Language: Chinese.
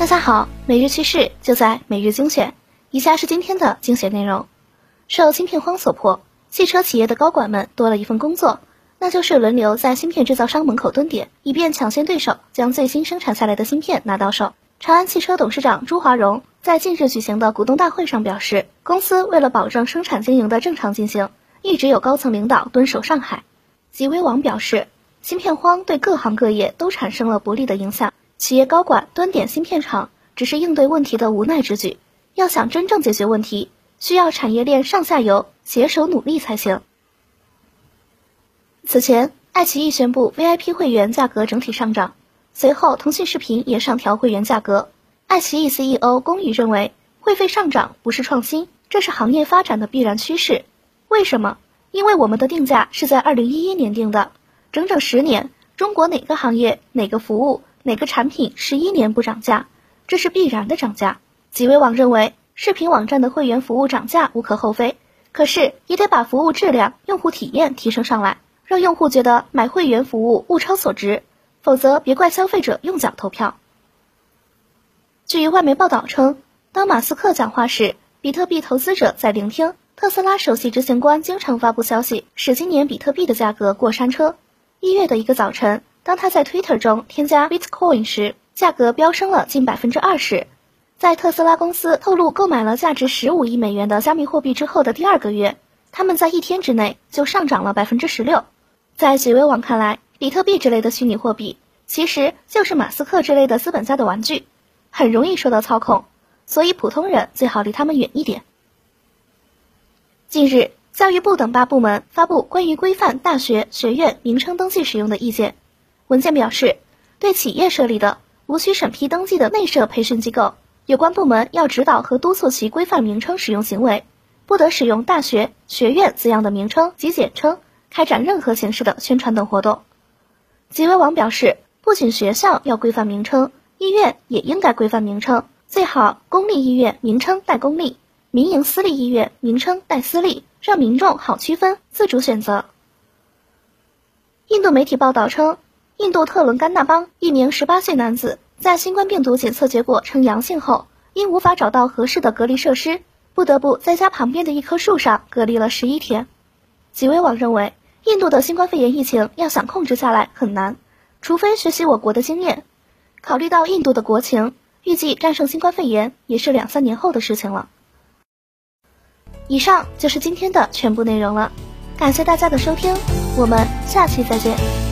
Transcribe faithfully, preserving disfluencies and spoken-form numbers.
家好，每日趋势就在每日精选。以下是今天的精选内容。受芯片荒所迫，汽车企业的高管们多了一份工作，那就是轮流在芯片制造商门口蹲点，以便抢先对手将最新生产下来的芯片拿到手。长安汽车董事长朱华荣在近日举行的股东大会上表示，公司为了保证生产经营的正常进行，一直有高层领导蹲守上海。极微网表示，芯片荒对各行各业都产生了不利的影响，企业高管蹲点芯片厂只是应对问题的无奈之举，要想真正解决问题，需要产业链上下游携手努力才行。此前，爱奇艺宣布 V I P 会员价格整体上涨，随后腾讯视频也上调会员价格。爱奇艺 C E O 龚宇认为，会费上涨不是创新，这是行业发展的必然趋势。为什么？因为我们的定价是在二零一一年定的，整整十年，中国哪个行业、哪个服务、哪个产品十一年不涨价？这是必然的涨价。极微网认为，视频网站的会员服务涨价无可厚非，可是也得把服务质量、用户体验提升上来，让用户觉得买会员服务物超所值，否则别怪消费者用脚投票。据外媒报道称，当马斯克讲话时，比特币投资者在聆听。特斯拉首席执行官经常发布消息，使今年比特币的价格过山车。一月的一个早晨，当他在 Twitter 中添加 Bitcoin 时，价格飙升了近 百分之二十。在特斯拉公司透露购买了价值十五亿美元的加密货币之后的第二个月，他们在一天之内就上涨了 百分之十六。在极微网看来，比特币之类的虚拟货币其实就是马斯克之类的资本家的玩具，很容易受到操控，所以普通人最好离他们远一点。近日，教育部等八部门发布关于规范大学、学院名称登记使用的意见。文件表示，对企业设立的无需审批登记的内设培训机构，有关部门要指导和督促其规范名称使用行为，不得使用大学、学院字样的名称及简称开展任何形式的宣传等活动。极微网表示，不仅学校要规范名称，医院也应该规范名称，最好公立医院名称带公立，民营私立医院名称带私立，让民众好区分，自主选择。印度媒体报道称，印度特伦甘纳邦一名十八岁男子在新冠病毒检测结果呈阳性后，因无法找到合适的隔离设施，不得不在家旁边的一棵树上隔离了十一天。极微网认为，印度的新冠肺炎疫情要想控制下来很难，除非学习我国的经验。考虑到印度的国情，预计战胜新冠肺炎也是两三年后的事情了。以上就是今天的全部内容了，感谢大家的收听，我们下期再见。